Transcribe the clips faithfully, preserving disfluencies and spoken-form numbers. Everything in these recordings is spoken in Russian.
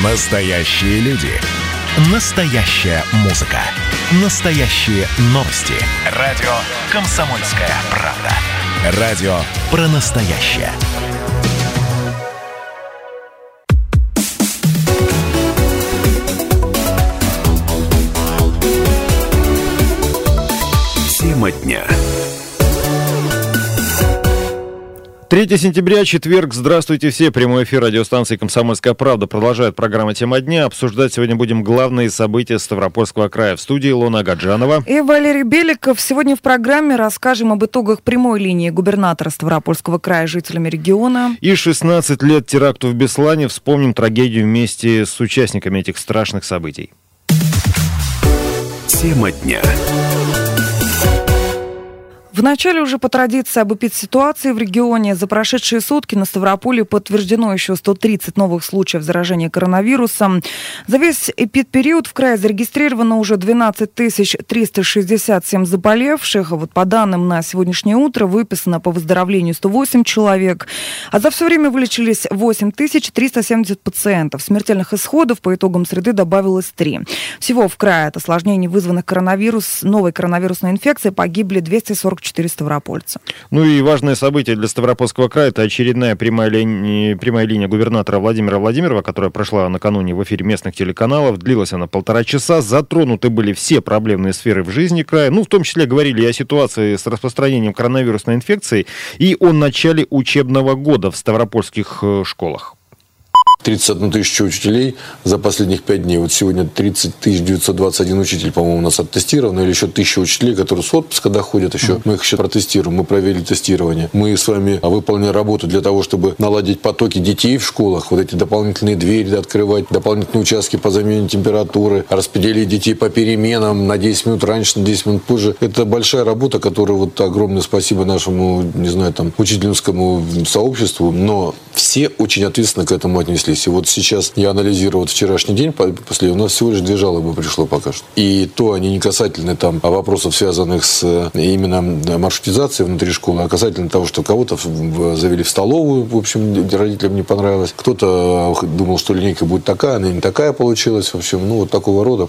Настоящие люди. Настоящая музыка. Настоящие новости. Радио «Комсомольская правда». Радио про настоящее. Тема дня. третьего сентября, четверг. Здравствуйте все. Прямой эфир радиостанции «Комсомольская правда» продолжает программа «Тема дня». Обсуждать сегодня будем главные события Ставропольского края. В студии Илона Агаджанова и Валерий Беликов. Сегодня в программе расскажем об итогах прямой линии губернатора Ставропольского края жителями региона. И шестнадцать лет теракту в Беслане. Вспомним трагедию вместе с участниками этих страшных событий. Тема дня. Вначале уже по традиции об эпидситуации в регионе. За прошедшие сутки на Ставрополе подтверждено еще сто тридцать новых случаев заражения коронавирусом. За весь эпидпериод в крае зарегистрировано уже двенадцать тысяч триста шестьдесят семь заболевших. Вот по данным на сегодняшнее утро выписано по выздоровлению сто восемь человек. А за все время вылечились восемь тысяч триста семьдесят пациентов. Смертельных исходов по итогам среды добавилось три. Всего в крае от осложнений, вызванных коронавирус, новой коронавирусной инфекцией, погибли двести сорок четыре ставропольца. Ну и важное событие для Ставропольского края — это очередная прямая линия, прямая линия губернатора Владимира Владимирова, которая прошла накануне в эфире местных телеканалов. Длилась она полтора часа. Затронуты были все проблемные сферы в жизни края. Ну, в том числе говорили и о ситуации с распространением коронавирусной инфекции и о начале учебного года в ставропольских школах. тридцать одну тысячу учителей за последних пять дней. Вот сегодня тридцать тысяч девятьсот двадцать один учитель, по-моему, у нас оттестировано. Или еще тысяча учителей, которые с отпуска доходят еще. Мы их еще протестируем. Мы провели тестирование. Мы с вами выполнили работу для того, чтобы наладить потоки детей в школах. Вот эти дополнительные двери открывать, дополнительные участки по замене температуры, распределить детей по переменам на десять минут раньше, на десять минут позже. Это большая работа, которую вот огромное спасибо нашему, не знаю, там, учительскому сообществу. Но все очень ответственно к этому отнеслись. И вот сейчас я анализирую вот вчерашний день, после у нас всего лишь две жалобы пришло пока что. И то они не касательны там вопросов, связанных с именно маршрутизацией внутри школы, а касательно того, что кого-то завели в столовую, в общем, родителям не понравилось. Кто-то думал, что линейка будет такая, она не такая получилась. В общем, ну вот такого рода.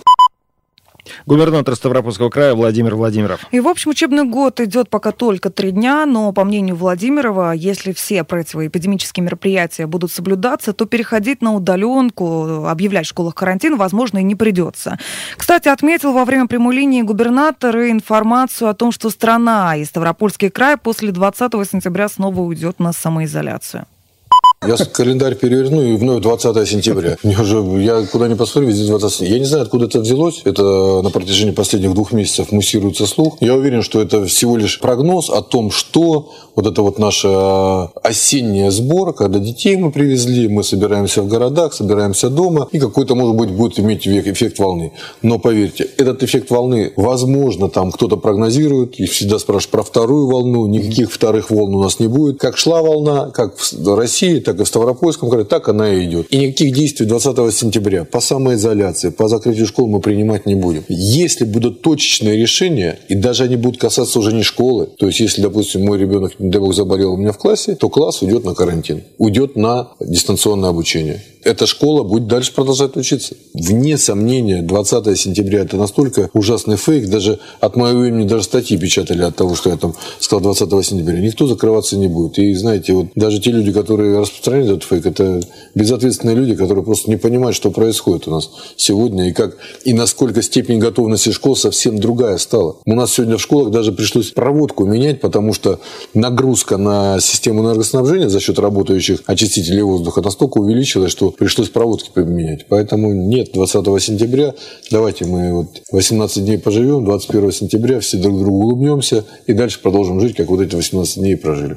Губернатор Ставропольского края Владимир Владимиров. И, в общем, учебный год идет пока только три дня, но, по мнению Владимирова, если все противоэпидемические мероприятия будут соблюдаться, то переходить на удаленку, объявлять в школах карантин, возможно, и не придется. Кстати, отметил во время прямой линии губернатор информацию о том, что страна и Ставропольский край после двадцатого сентября снова уйдет на самоизоляцию. Я календарь переверну и вновь двадцатого сентября. Мне уже, я куда ни посмотрю, везде двадцатого сентября. Я не знаю, откуда это взялось. Это на протяжении последних двух месяцев муссируется слух. Я уверен, что это всего лишь прогноз о том, что вот это вот наша осенняя сбор, когда детей мы привезли, мы собираемся в городах, собираемся дома, и какой-то, может быть, будет иметь эффект волны. Но поверьте, этот эффект волны, возможно, там кто-то прогнозирует, и всегда спрашивают про вторую волну, никаких вторых волн у нас не будет. Как шла волна, как в России, так и в Ставропольском крае, так она и идет. И никаких действий двадцатого сентября по самоизоляции, по закрытию школ мы принимать не будем. Если будут точечные решения, и даже они будут касаться уже не школы, то есть, если, допустим, мой ребенок, не дай бог, заболел у меня в классе, то класс уйдет на карантин, уйдет на дистанционное обучение. Эта школа будет дальше продолжать учиться. Вне сомнения, двадцатого сентября это настолько ужасный фейк, даже от моего имени даже статьи печатали от того, что я там сказал двадцатого сентября. Никто закрываться не будет. И знаете, вот даже те люди, которые распространяют этот фейк, это безответственные люди, которые просто не понимают, что происходит у нас сегодня, и как, и насколько степень готовности школ совсем другая стала. У нас сегодня в школах даже пришлось проводку менять, потому что нагрузка на систему энергоснабжения за счет работающих очистителей воздуха настолько увеличилась, что пришлось проводки поменять. Поэтому нет, двадцатого сентября, давайте мы вот восемнадцать дней поживем, двадцать первого сентября все друг другу улыбнемся и дальше продолжим жить, как вот эти восемнадцать дней прожили.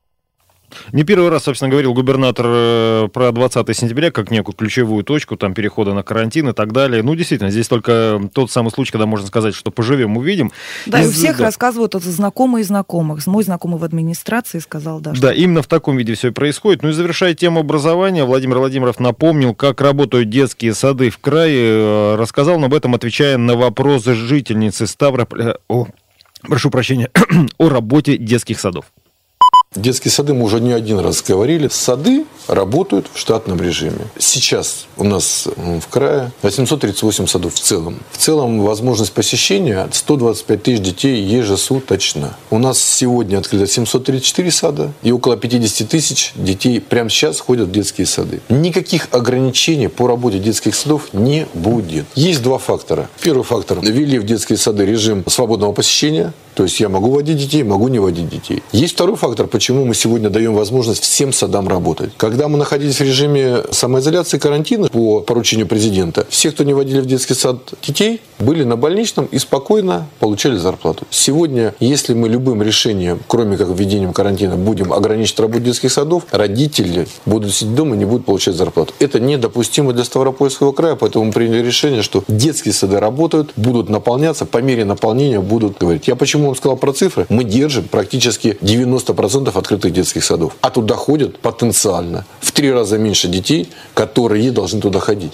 Не первый раз, собственно, говорил губернатор про двадцатого сентября как некую ключевую точку там перехода на карантин и так далее. Ну, действительно, здесь только тот самый случай, когда можно сказать, что поживем, увидим. Да, Из... и у всех да. рассказывают это знакомые знакомых. Мой знакомый в администрации сказал, да. Что... Да, именно в таком виде все и происходит. Ну и завершая тему образования, Владимир Владимиров напомнил, как работают детские сады в крае. Рассказал об этом, отвечая на вопросы жительницы Ставрополя. О, прошу прощения, о работе детских садов. Детские сады мы уже не один раз говорили. Сады работают в штатном режиме. Сейчас у нас в крае восемьсот тридцать восемь садов в целом. В целом возможность посещения сто двадцать пять тысяч детей ежесуточно. У нас сегодня открыто семьсот тридцать четыре сада и около пятьдесят тысяч детей прямо сейчас ходят в детские сады. Никаких ограничений по работе детских садов не будет. Есть два фактора. Первый фактор. Ввели в детские сады режим свободного посещения. То есть я могу водить детей, могу не водить детей. Есть второй фактор, почему мы сегодня даем возможность всем садам работать. Когда мы находились в режиме самоизоляции, карантина по поручению президента, все, кто не водили в детский сад детей, были на больничном и спокойно получали зарплату. Сегодня, если мы любым решением, кроме как введением карантина, будем ограничить работу детских садов, родители будут сидеть дома и не будут получать зарплату. Это недопустимо для Ставропольского края, поэтому мы приняли решение, что детские сады работают, будут наполняться, по мере наполнения будут говорить. Я почему вам сказал про цифры? Мы держим практически девяносто процентов открытых детских садов. А туда ходят потенциально в три раза меньше детей, которые должны туда ходить.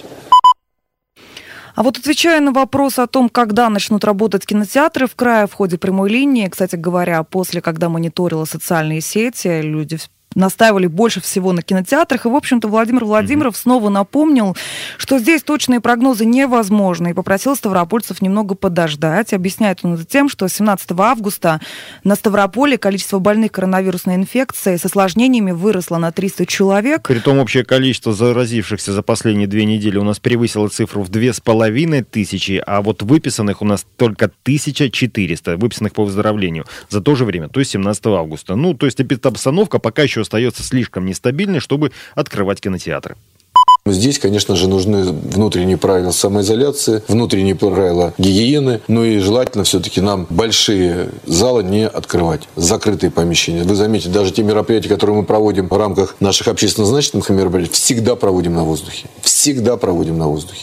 А вот отвечая на вопрос о том, когда начнут работать кинотеатры в крае в ходе прямой линии, кстати говоря, после, когда мониторила социальные сети, люди настаивали больше всего на кинотеатрах. И, в общем-то, Владимир Владимиров mm-hmm. снова напомнил, что здесь точные прогнозы невозможны, и попросил ставропольцев немного подождать. Объясняет он это тем, что семнадцатого августа на Ставрополе количество больных коронавирусной инфекцией с осложнениями выросло на триста человек. Притом общее количество заразившихся за последние две недели у нас превысило цифру в две с половиной тысячи, а вот выписанных у нас только тысяча четыреста, выписанных по выздоровлению за то же время, то есть семнадцатого августа. Ну, то есть обстановка пока еще остается слишком нестабильной, чтобы открывать кинотеатры. Здесь, конечно же, нужны внутренние правила самоизоляции, внутренние правила гигиены, ну и желательно все-таки нам большие залы не открывать, закрытые помещения. Вы заметите, даже те мероприятия, которые мы проводим в рамках наших общественно значительных мероприятий, всегда проводим на воздухе. Всегда проводим на воздухе.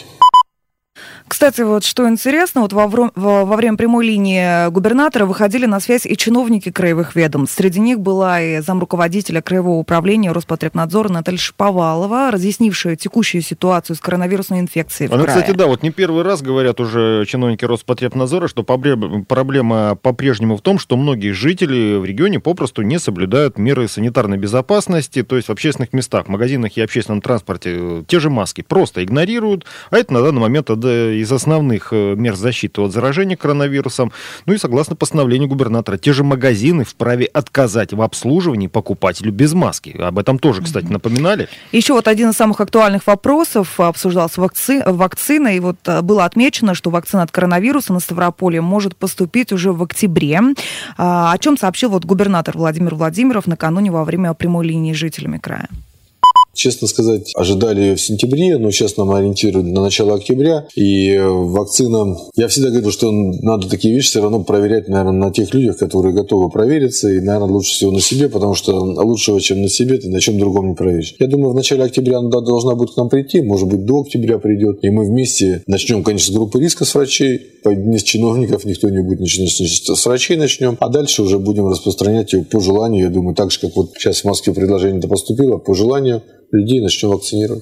Кстати, вот что интересно, вот во, вро- во время прямой линии губернатора выходили на связь и чиновники краевых ведомств. Среди них была и замруководителя Краевого управления Роспотребнадзора Наталья Шаповалова, разъяснившая текущую ситуацию с коронавирусной инфекцией в Она, крае. кстати, да, вот не первый раз говорят уже чиновники Роспотребнадзора, что проблема по-прежнему в том, что многие жители в регионе попросту не соблюдают меры санитарной безопасности, то есть в общественных местах, магазинах и общественном транспорте те же маски просто игнорируют, а это на данный момент из основных мер защиты от заражения коронавирусом. Ну и согласно постановлению губернатора, те же магазины вправе отказать в обслуживании покупателю без маски. Об этом тоже, кстати, напоминали. Еще вот один из самых актуальных вопросов обсуждался вакци... вакцина, и вот было отмечено, что вакцина от коронавируса на Ставрополе может поступить уже в октябре, о чем сообщил вот губернатор Владимир Владимиров накануне во время прямой линии с жителями края. Честно сказать, ожидали ее в сентябре, но сейчас нам ориентируют на начало октября. И вакцина... Я всегда говорю, что надо такие вещи все равно проверять, наверное, на тех людях, которые готовы провериться. И, наверное, лучше всего на себе, потому что лучшего, чем на себе, ты на чем другом не проверишь. Я думаю, в начале октября она должна будет к нам прийти. Может быть, до октября придет. И мы вместе начнем, конечно, с группы риска с врачей. Не с чиновников, никто не будет начинать, с врачей начнем. А дальше уже будем распространять ее по желанию. Я думаю, так же, как вот сейчас в Москве предложение-то поступило, по желанию людей начнем вакцинировать.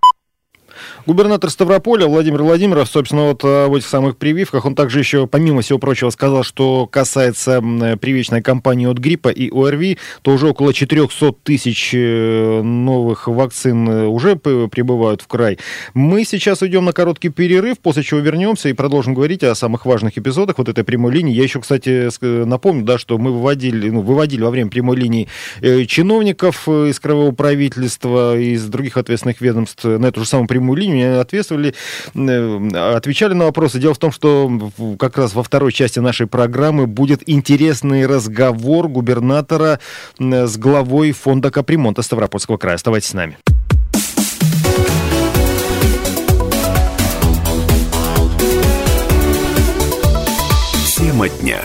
Губернатор Ставрополя Владимир Владимиров, собственно, вот в этих самых прививках, он также еще, помимо всего прочего, сказал, что касается прививочной кампании от гриппа и ОРВИ, то уже около четыреста тысяч новых вакцин уже прибывают в край. Мы сейчас уйдем на короткий перерыв, после чего вернемся и продолжим говорить о самых важных эпизодах вот этой прямой линии. Я еще, кстати, напомню, да, что мы выводили, ну, выводили во время прямой линии чиновников из краевого правительства, из других ответственных ведомств на эту же самую прямую линию, ответствовали, отвечали на вопросы. Дело в том, что как раз во второй части нашей программы будет интересный разговор губернатора с главой фонда капремонта Ставропольского края. Оставайтесь с нами. Тема дня.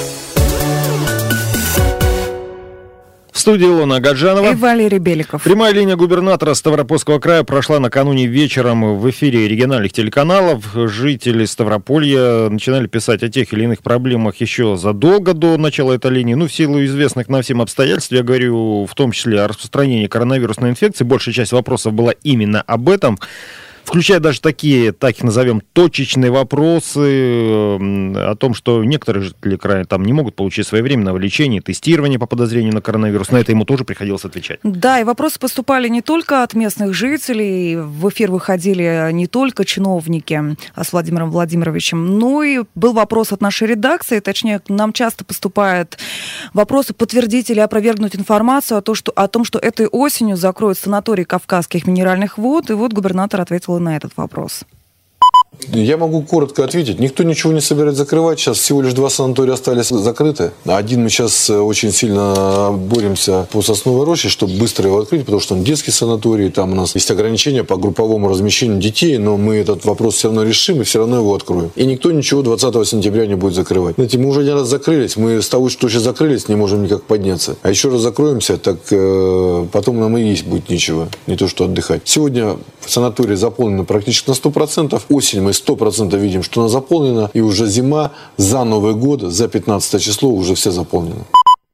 В студии Илона Агаджанова и Валерий Беликов. Прямая линия губернатора Ставропольского края прошла накануне вечером в эфире региональных телеканалов. Жители Ставрополья начинали писать о тех или иных проблемах еще задолго до начала этой линии. Ну, в силу известных нам всем обстоятельств, я говорю в том числе о распространении коронавирусной инфекции. Большая часть вопросов была именно об этом. включая даже такие, так их назовем, точечные вопросы о том, что некоторые жители края там не могут получить своевременного лечения, тестирования по подозрению на коронавирус. На это ему тоже приходилось отвечать. Да, и вопросы поступали не только от местных жителей, в эфир выходили не только чиновники с Владимиром Владимировичем, но и был вопрос от нашей редакции, точнее, нам часто поступают вопросы подтвердить или опровергнуть информацию о том, что, о том, что этой осенью закроют санаторий Кавказских минеральных вод, и вот губернатор ответил на этот вопрос. Я могу коротко ответить. Никто ничего не собирается закрывать. Сейчас всего лишь два санатория остались закрыты. Один мы сейчас очень сильно боремся по Сосновой Роще, чтобы быстро его открыть, потому что он детский санаторий. Там у нас есть ограничения по групповому размещению детей, но мы этот вопрос все равно решим и все равно его откроем. И никто ничего двадцатого сентября не будет закрывать. Знаете, мы уже один раз закрылись. Мы с того, что сейчас закрылись, не можем никак подняться. А еще раз закроемся, так э, потом нам и есть будет ничего. Не то, что отдыхать. Сегодня санаторий заполнен практически на сто процентов. Осень мы сто процентов видим, что она заполнена. И уже зима, за Новый год, за пятнадцатое число уже все заполнены.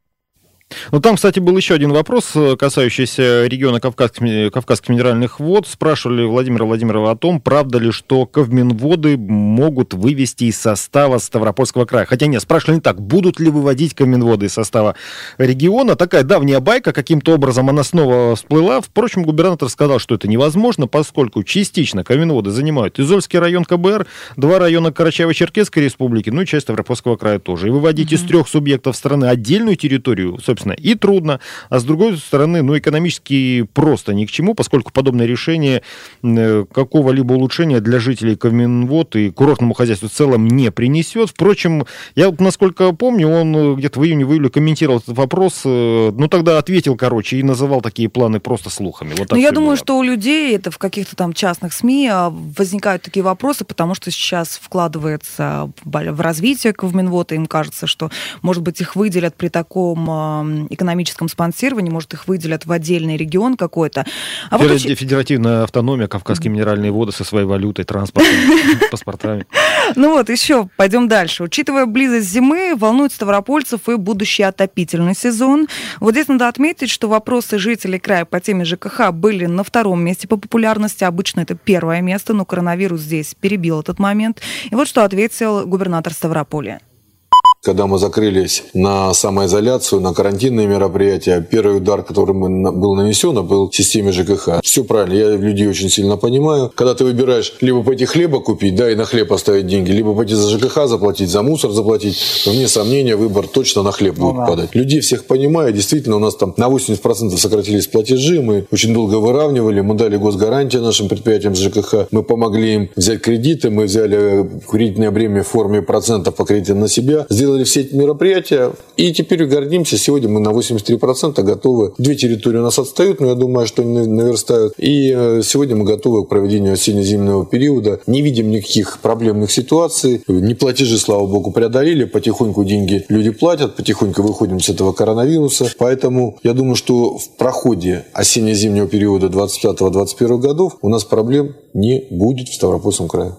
Ну, там, кстати, был еще один вопрос, касающийся региона Кавказских, Кавказских минеральных вод. Спрашивали Владимира Владимирова о том, правда ли, что Кавминводы могут вывести из состава Ставропольского края. Хотя нет, спрашивали не так, будут ли выводить Кавминводы из состава региона. Такая давняя байка, каким-то образом она снова всплыла. Впрочем, губернатор сказал, что это невозможно, поскольку частично Кавминводы занимают Изольский район ка бэ эр, два района Карачаево-Черкесской республики, ну и часть Ставропольского края тоже. И выводить mm-hmm. из трех субъектов страны отдельную территорию, собственно, и трудно, а с другой стороны, ну, экономически просто ни к чему, поскольку подобное решение какого-либо улучшения для жителей Кавминвод и курортному хозяйству в целом не принесет. Впрочем, я вот, насколько помню, он где-то в июне-июле комментировал этот вопрос, ну, тогда ответил, короче, и называл такие планы просто слухами. Вот. Но я думаю, было. Что у людей, это в каких-то там частных СМИ, возникают такие вопросы, потому что сейчас вкладывается в развитие Кавминвод, и им кажется, что, может быть, их выделят при таком экономическом спонсировании, может, их выделят в отдельный регион какой-то. А Федер... вот... Федеративная автономия, Кавказские минеральные воды со своей валютой, транспортом, паспортами. Ну вот, еще пойдем дальше. Учитывая близость зимы, волнует ставропольцев и будущий отопительный сезон. Вот здесь надо отметить, что вопросы жителей края по теме жэ ка ха были на втором месте по популярности. Обычно это первое место, но коронавирус здесь перебил этот момент. И вот что ответил губернатор Ставрополя. Когда мы закрылись на самоизоляцию, на карантинные мероприятия, первый удар, который был нанесен, был в системе жэ ка ха. Все правильно, я людей очень сильно понимаю. Когда ты выбираешь либо пойти хлеба купить, да, и на хлеб оставить деньги, либо пойти за жэ ка ха заплатить, за мусор заплатить, вне сомнения, выбор точно на хлеб будет ну, да. падать. Людей всех понимаю, действительно, у нас там на восемьдесят процентов сократились платежи, мы очень долго выравнивали, мы дали госгарантии нашим предприятиям жэ ка ха, мы помогли им взять кредиты, мы взяли кредитное бремя в форме процентов по кредитам на себя, сделали все эти мероприятия, и теперь гордимся. Сегодня мы на восемьдесят три процента готовы. Две территории у нас отстают, но я думаю, что они наверстают. И сегодня мы готовы к проведению осенне-зимнего периода. Не видим никаких проблемных ситуаций. Неплатежи, слава богу, преодолели. Потихоньку деньги люди платят, потихоньку выходим с этого коронавируса. Поэтому я думаю, что в проходе осенне-зимнего периода двадцать пятого - двадцать первого годов у нас проблем не будет в Ставропольском крае.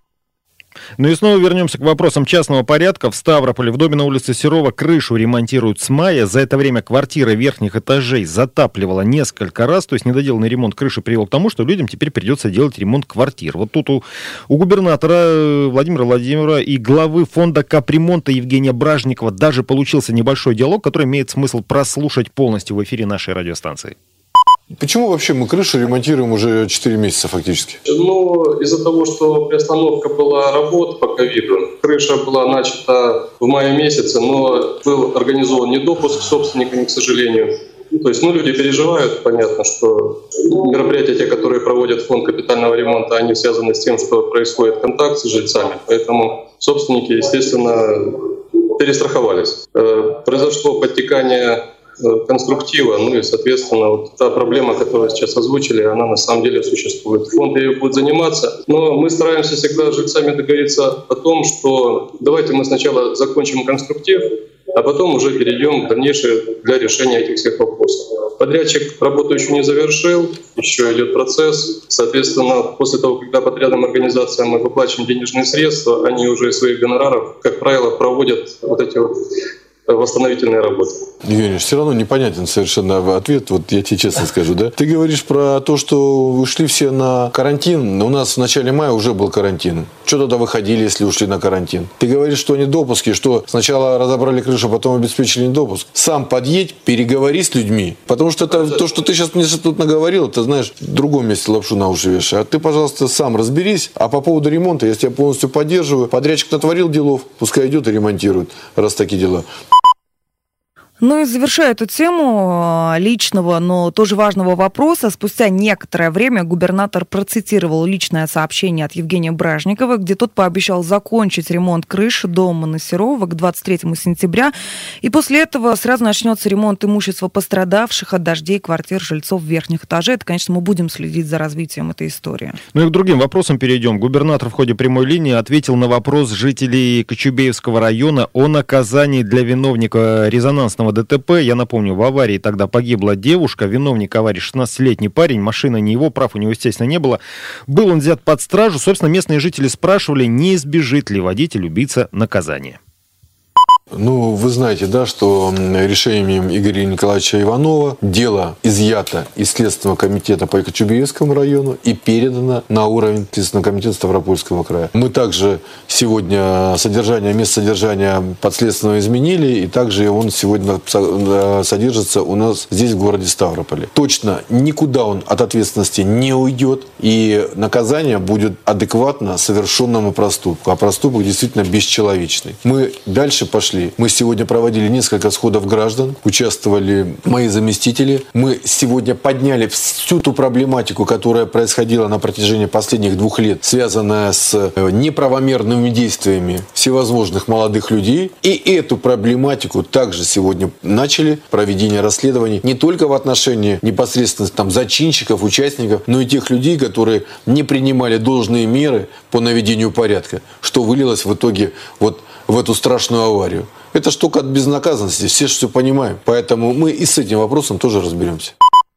Ну и снова вернемся к вопросам частного порядка. В Ставрополе в доме на улице Серова крышу ремонтируют с мая. За это время квартира верхних этажей затапливала несколько раз. То есть недоделанный ремонт крыши привел к тому, что людям теперь придется делать ремонт квартир. Вот тут у, у губернатора Владимира Владимирова и главы фонда капремонта Евгения Бражникова даже получился небольшой диалог, который имеет смысл прослушать полностью в эфире нашей радиостанции. Почему вообще мы крышу ремонтируем уже четыре месяца фактически? Ну, из-за того, что приостановка была работ по ковиду, крыша была начата в мае месяце, но был организован недопуск собственниками, к сожалению. То есть, ну, люди переживают, понятно, что мероприятия, те, которые проводят фонд капитального ремонта, они связаны с тем, что происходит контакт с жильцами, поэтому собственники, естественно, перестраховались. Произошло подтекание конструктива, ну и, соответственно, вот та проблема, которую сейчас озвучили, она на самом деле существует. Фонд ее будет заниматься, но мы стараемся всегда с жильцами договориться о том, что давайте мы сначала закончим конструктив, а потом уже перейдем к дальнейшему для решения этих всех вопросов. Подрядчик работу еще не завершил, еще идет процесс. Соответственно, после того, когда подрядным организациям мы выплачиваем денежные средства, они уже из своих гонораров, как правило, проводят вот эти вот восстановительные работы. Евгений, все равно непонятен совершенно ответ, вот я тебе честно скажу, да? Ты говоришь про то, что ушли все на карантин, у нас в начале мая уже был карантин. Что тогда выходили, если ушли на карантин? Ты говоришь, что недопуски, что сначала разобрали крышу, потом обеспечили недопуск. Сам подъедь, переговори с людьми, потому что это, то, что ты сейчас мне тут наговорил, ты знаешь, в другом месте лапшу на уши вешай. А ты, пожалуйста, сам разберись. А по поводу ремонта я тебя полностью поддерживаю. Подрядчик натворил делов, пускай идет и ремонтирует, раз такие дела. Ну и завершая эту тему личного, но тоже важного вопроса, спустя некоторое время губернатор процитировал личное сообщение от Евгения Бражникова, где тот пообещал закончить ремонт крыши дома на Серова к двадцать третьему сентября, и после этого сразу начнется ремонт имущества пострадавших от дождей квартир жильцов верхних этажей. Это, конечно, мы будем следить за развитием этой истории. Ну и к другим вопросам перейдем. Губернатор в ходе прямой линии ответил на вопрос жителей Кочубеевского района о наказании для виновника резонансного ДТП. Я напомню, в аварии тогда погибла девушка, виновник аварии шестнадцатилетний парень, машина не его, прав у него, естественно, не было. Был он взят под стражу. Собственно, местные жители спрашивали, не избежит ли водитель-убийца наказания. Ну, вы знаете, да, что решением Игоря Николаевича Иванова дело изъято из Следственного комитета по Кочубеевскому району и передано на уровень Следственного комитета Ставропольского края. Мы также сегодня содержание, место содержания подследственного изменили, и также он сегодня содержится у нас здесь, в городе Ставрополе. Точно никуда он от ответственности не уйдет, и наказание будет адекватно совершенному проступку. А проступок действительно бесчеловечный. Мы дальше пошли. Мы сегодня проводили несколько сходов граждан, участвовали мои заместители. Мы сегодня подняли всю ту проблематику, которая происходила на протяжении последних двух лет, связанная с неправомерными действиями всевозможных молодых людей. И эту проблематику также сегодня начали проведение расследований не только в отношении непосредственно там, зачинщиков, участников, но и тех людей, которые не принимали должные меры по наведению порядка, что вылилось в итоге вот в эту страшную аварию. Это ж только от безнаказанности, все же все понимаем. Поэтому мы и с этим вопросом тоже разберемся.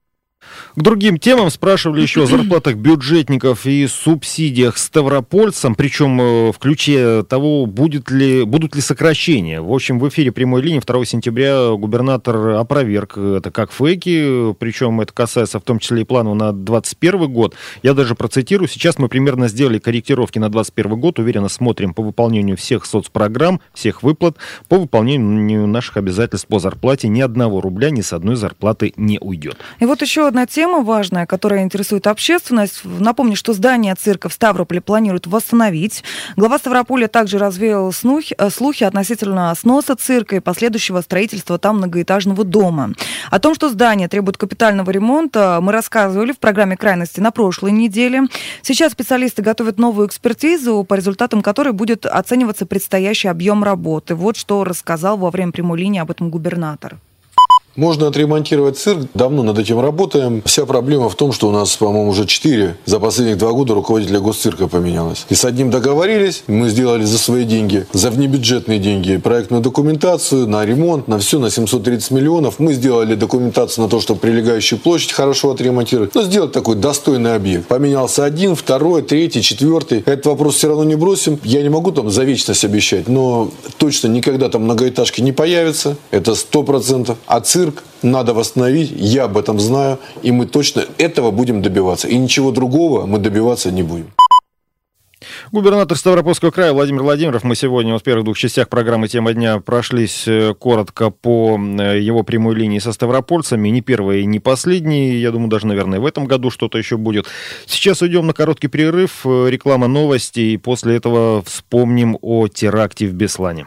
К другим темам спрашивали еще о зарплатах бюджетников и субсидиях ставропольцам, причем в ключе того, будет ли, будут ли сокращения. В общем, в эфире прямой линии второго сентября губернатор опроверг это как фейки, причем это касается в том числе и планов на двадцать первый год. Я даже процитирую, сейчас мы примерно сделали корректировки на двадцать первый год, уверенно смотрим по выполнению всех соцпрограмм, всех выплат, по выполнению наших обязательств по зарплате, ни одного рубля ни с одной зарплаты не уйдет. И вот еще одна тема важная, которая интересует общественность. Напомню, что здание цирка в Ставрополе планируют восстановить. Глава Ставрополя также развеял слухи, слухи относительно сноса цирка и последующего строительства там многоэтажного дома. О том, что здание требует капитального ремонта, мы рассказывали в программе «Крайности» на прошлой неделе. Сейчас специалисты готовят новую экспертизу, по результатам которой будет оцениваться предстоящий объем работы. Вот что рассказал во время прямой линии об этом губернатор. Можно отремонтировать цирк, давно над этим работаем. Вся проблема в том, что у нас, по-моему, уже четыре, за последних два года руководителя госцирка поменялось. И с одним договорились, мы сделали за свои деньги, за внебюджетные деньги, проектную документацию на ремонт, на все, на семьсот тридцать миллионов. Мы сделали документацию на то, чтобы прилегающую площадь хорошо отремонтировать. Но сделать такой достойный объект. Поменялся один, второй, третий, четвертый. Этот вопрос все равно не бросим. Я не могу там за вечность обещать, но точно никогда там многоэтажки не появится. Это сто процентов. А цирк надо восстановить, я об этом знаю, и мы точно этого будем добиваться. И ничего другого мы добиваться не будем. Губернатор Ставропольского края Владимир Владимиров. Мы сегодня в первых двух частях программы «Тема дня» прошлись коротко по его прямой линии со ставропольцами. Не первый и не последний. Я думаю, даже, наверное, в этом году что-то еще будет. Сейчас уйдем на короткий перерыв. Реклама, новости. И после этого вспомним о теракте в Беслане.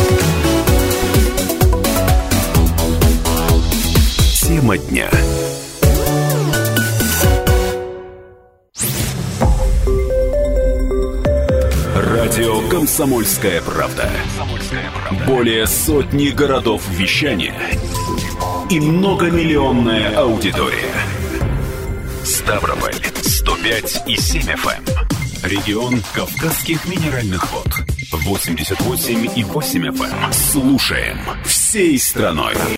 Тема дня. Радио «Комсомольская правда». Более сотни городов вещания и многомиллионная аудитория. Ставрополь сто пять и семь эф эм. Регион Кавказских минеральных вод восемьдесят восемь и восемь эф эм. Слушаем всей страной.